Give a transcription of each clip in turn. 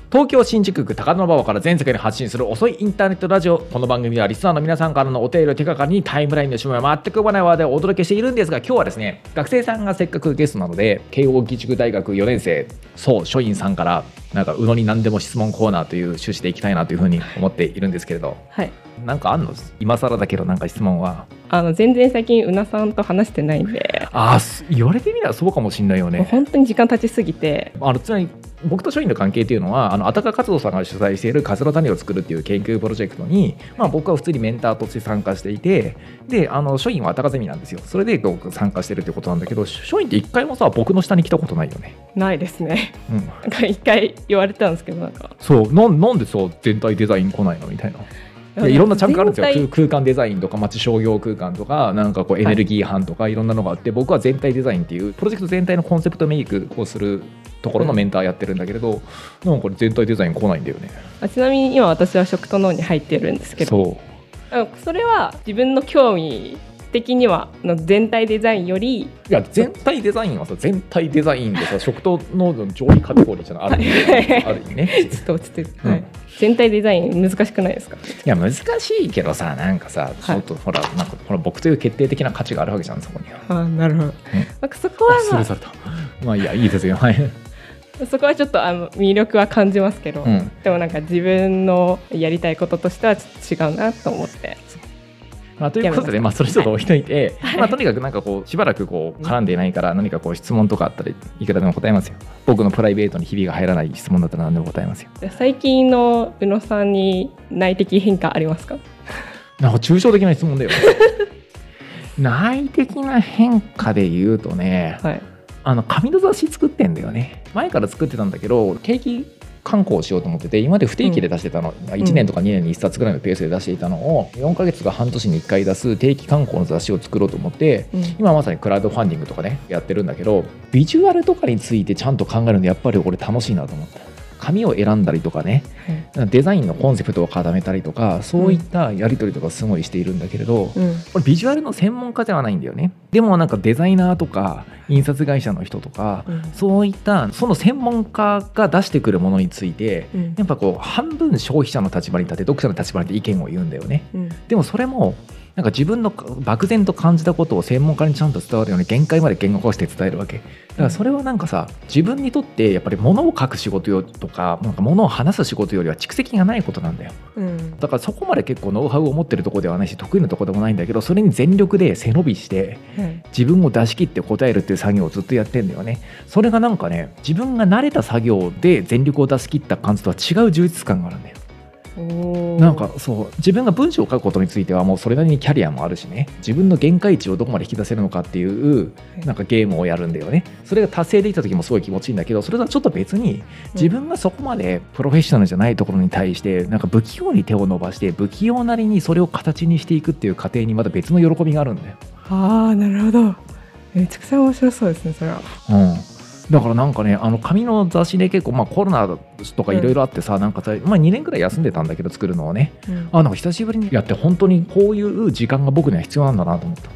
東京新宿区高田馬場から全世界に発信する遅いインターネットラジオ。この番組はリスナーの皆さんからのお便りを手がかりにタイムラインの趣味は全く読まない話題をお届けしているんですが、今日はですね、学生さんがせっかくゲストなので、慶応義塾大学4年生宋書院さんからなんか宇野に何でも質問コーナーという趣旨でいきたいなというふうに思っているんですけれど、 はい、 なんかあんの？今更だけどなんか質問は。 全然最近うなさんと話してないんで。 言われてみればそうかもしれないよね。 本当に時間経ちすぎて、 つまり僕と書院の関係というのはあたか活動さんが主催している風の種を作るっていう研究プロジェクトに、僕は普通にメンターとして参加していて、で書院はあたかゼミなんですよ。それで僕参加してるってことなんだけど、書院って一回もさ僕の下に来たことないよね。 ないですね、なんか一回言われたんですけど、なんかそうなんでそう全体デザイン来ないのみたいな。いろんなチャンクあるんですよ。空間デザインとか街商業空間とか、なんかこうエネルギー班とかいろんなのがあって、僕は全体デザインっていうプロジェクト全体のコンセプトメイクをするところのメンターやってるんだけれど、なんかこれ全体デザイン来ないんだよね。 ちなみに今私は食と脳に入ってるんですけど、それは自分の興味的には全体デザインより、いや全体デザインはさ、全体デザインでさ食と脳の上位カテゴリーじゃない、ある意味ねちょっと落ちてる、全体デザイン難しくないですか？ いや難しいけどさ、なんかさちょっとほら、なんかほら僕という決定的な価値があるわけじゃん、そこには。 なるほど、なんかそこは、 スルーされた。いいですよ、はい。 そこはちょっと魅力は感じますけど、でもなんか自分のやりたいこととしてはちょっと違うなと思って。 ということで、それちょっと置いといて、とにかくなんかこうしばらくこう絡んでいないから、何かこう質問とかあったらいくらでも答えますよ。僕のプライベートにひびが入らない質問だったら何でも答えますよ。 最近の宇野さんに内的変化ありますか？ なんか抽象的な質問だよね。内的な変化で言うとね、紙の雑誌作ってんだよね。前から作ってたんだけど、定期刊行しようと思ってて、今まで不定期で出してたの、1年とか2年に1冊ぐらいのペースで出していたのを、4ヶ月か半年に1回出す定期刊行の雑誌を作ろうと思って、今まさにクラウドファンディングとかねやってるんだけど、ビジュアルとかについてちゃんと考えるのやっぱり俺楽しいなと思った。紙を選んだりとかね、デザインのコンセプトを固めたりとか、そういったやり取りとかすごいしているんだけれど、これビジュアルの専門家ではないんだよね。でもなんかデザイナーとか印刷会社の人とか、そういったその専門家が出してくるものについて、やっぱこう半分消費者の立場に立って読者の立場に立って意見を言うんだよね。でもそれもなんか自分の漠然と感じたことを専門家にちゃんと伝わるように限界まで言語化して伝えるわけだから、それはなんかさ、自分にとってやっぱり物を書く仕事よとか、なんか物を話す仕事よりは蓄積がないことなんだよ、だからそこまで結構ノウハウを持ってるところではないし、得意なところでもないんだけど、それに全力で背伸びして自分を出し切って答えるっていう作業をずっとやってんだよね。それがなんかね、自分が慣れた作業で全力を出し切った感じとは違う充実感があるんだよ。なんかそう、自分が文章を書くことについてはもうそれなりにキャリアもあるしね、自分の限界値をどこまで引き出せるのかっていうなんかゲームをやるんだよね。それが達成できた時もすごい気持ちいいんだけど、それとはちょっと別に自分がそこまでプロフェッショナルじゃないところに対してなんか不器用に手を伸ばして不器用なりにそれを形にしていくっていう過程にまた別の喜びがあるんだよ。 なるほど。めちゃくちゃ面白そうですね、それは。 だからなんかね、紙の雑誌で結構コロナとかいろいろあってさ、なんかさ、2年くらい休んでたんだけど作るのをね、なんか久しぶりにやって本当にこういう時間が僕には必要なんだなと思った。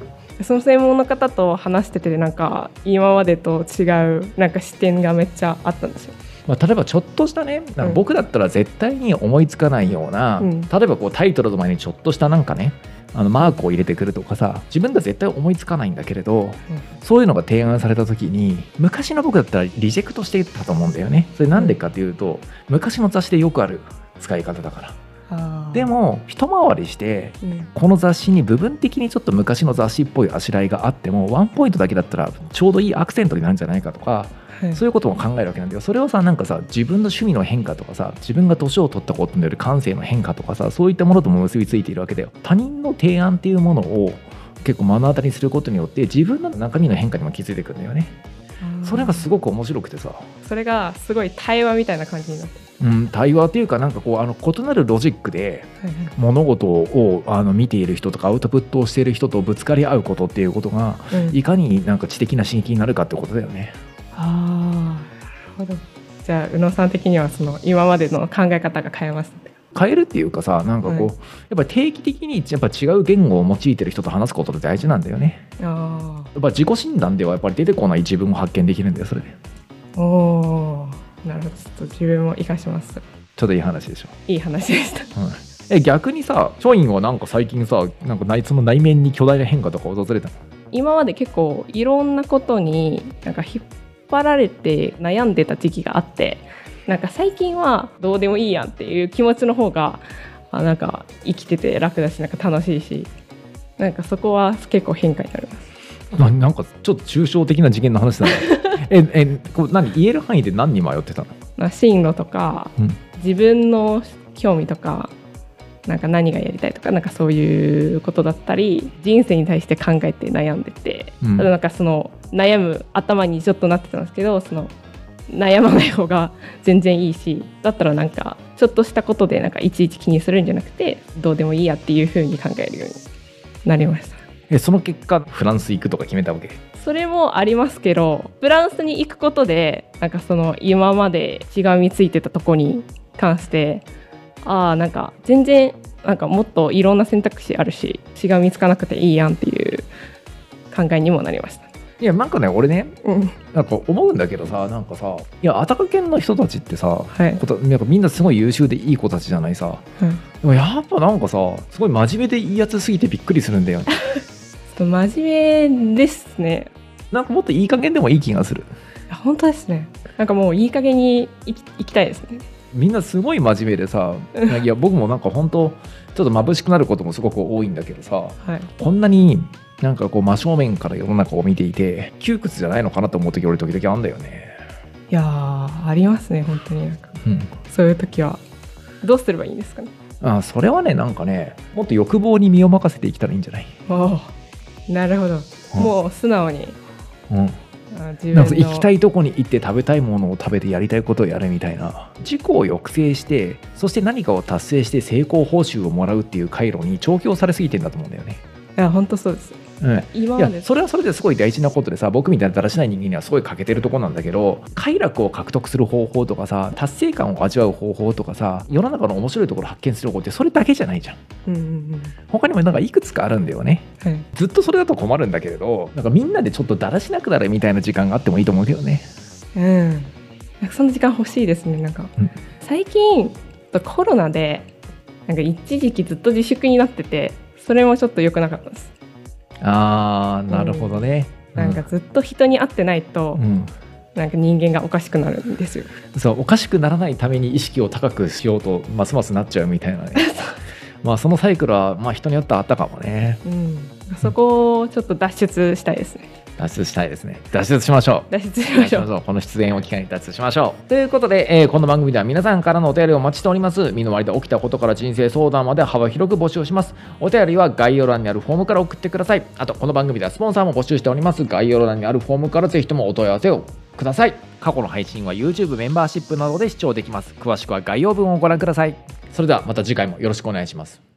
その専門の方と話してて、なんか今までと違うなんか視点がめっちゃあったんですよ。 例えばちょっとしたね、なんか僕だったら絶対に思いつかないような、例えばこうタイトルの前にちょっとしたなんかね、マークを入れてくるとかさ、自分では絶対思いつかないんだけれど、そういうのが提案された時に、昔の僕だったらリジェクトしていたと思うんだよね。それなんでかというと、昔の雑誌でよくある使い方だから。でも一回りして、この雑誌に部分的にちょっと昔の雑誌っぽいあしらいがあっても、ワンポイントだけだったらちょうどいいアクセントになるんじゃないかとか、そういうことも考えるわけなんだよ。それをさ、なんかさ、自分の趣味の変化とかさ、自分が年を取ったことによる感性の変化とかさ、そういったものとも結びついているわけだよ。他人の提案っていうものを結構目の当たりにすることによって、自分の中身の変化にも気づいていくんだよね。それがすごく面白くてさ、 それがすごい対話みたいな感じになってる、対話っていうか、なんかこう異なるロジックで物事を見ている人とかアウトプットをしている人とぶつかり合うことっていうことが、いかになんか知的な刺激になるかってことだよね。 なるほど。じゃあ宇野さん的にはその今までの考え方が変えます、 変えるっていうかさ、なんかこう、やっぱり定期的にやっぱ違う言語を用いてる人と話すことって大事なんだよね。やっぱ自己診断ではやっぱり出てこない自分を発見できるんだよ、それで。 なるほど、ちょっと自分も活かします。 ちょっといい話でしょ。 いい話でした、 逆にさ、ショインはなんか最近さ、なんかその内面に巨大な変化とか訪れたの？ 今まで結構いろんなことになんか引っ張られて悩んでた時期があって、なんか最近はどうでもいいやんっていう気持ちの方がなんか生きてて楽だし、なんか楽しいし、なんかそこは結構変化になります。 なんかちょっと抽象的な次元の話だねこう言える範囲で何に迷ってたの？ 進路とか、自分の興味とか、なんか何がやりたいとか、なんかそういうことだったり、人生に対して考えて悩んでて、あとなんかその悩む頭にちょっとなってたんですけど、その悩まない方が全然いいし、だったらなんかちょっとしたことでなんかいちいち気にするんじゃなくて、どうでもいいやっていう風に考えるようになりました。 その結果フランス行くとか決めたわけ？ それもありますけど、フランスに行くことでなんかその今までしがみついてたとこに関して、なんか全然なんかもっといろんな選択肢あるし、しがみつかなくていいやんっていう考えにもなりました。 いやなんかね、俺ね、なんか思うんだけどさ、なんかさ、いやアタカ県の人たちってさ、なんかみんなすごい優秀でいい子たちじゃないさ、でもやっぱなんかさ、すごい真面目でいいやつすぎてびっくりするんだよ真面目ですね。 なんかもっといい加減でもいい気がする。 本当ですね。なんかもういい加減に行きたいですね。 みんなすごい真面目でさ、いや僕もなんか本当ちょっと眩しくなることもすごく多いんだけどさ、こんなになんかこう真正面から世の中を見ていて窮屈じゃないのかなと思う時俺時々あるんだよね。 いやありますね、本当になんか、そういう時はどうすればいいんですかね。 それはね、なんかね、もっと欲望に身を任せて生きたらいいんじゃない？ なるほど、もう素直に、 なんか行きたいとこに行って食べたいものを食べてやりたいことをやるみたいな、自己を抑制してそして何かを達成して成功報酬をもらうっていう回路に調教されすぎてんだと思うんだよね。 いや本当そうです。今までいやそれはそれですごい大事なことでさ、僕みたいなだらしない人間にはすごい欠けてるところなんだけど、快楽を獲得する方法とかさ、達成感を味わう方法とかさ、世の中の面白いところを発見する方法ってそれだけじゃないじゃん。他にもなんかいくつかあるんだよね、ずっとそれだと困るんだけれど、なんかみんなでちょっとだらしなくなるみたいな時間があってもいいと思うけどね。 なんかその時間欲しいですね。なんか、最近コロナでなんか一時期ずっと自粛になってて、それもちょっと良くなかったです。 なるほどね、 なんかずっと人に会ってないと、なんか人間がおかしくなるんですよ。 そうおかしくならないために意識を高くしようとますますなっちゃうみたいなねそのサイクルは人によってはあったかもね。 そこをちょっと脱出したいですね。 脱出したいですね。脱出しましょう。 脱出しましょう。 この出演を機会に脱出しましょう。ということで、この番組では皆さんからのお便りをお待ちしております。身の回りで起きたことから人生相談まで幅広く募集をします。お便りは概要欄にあるフォームから送ってください。あとこの番組ではスポンサーも募集しております。概要欄にあるフォームからぜひともお問い合わせをください。過去の配信は YouTube メンバーシップなどで視聴できます。詳しくは概要文をご覧ください。それではまた次回もよろしくお願いします。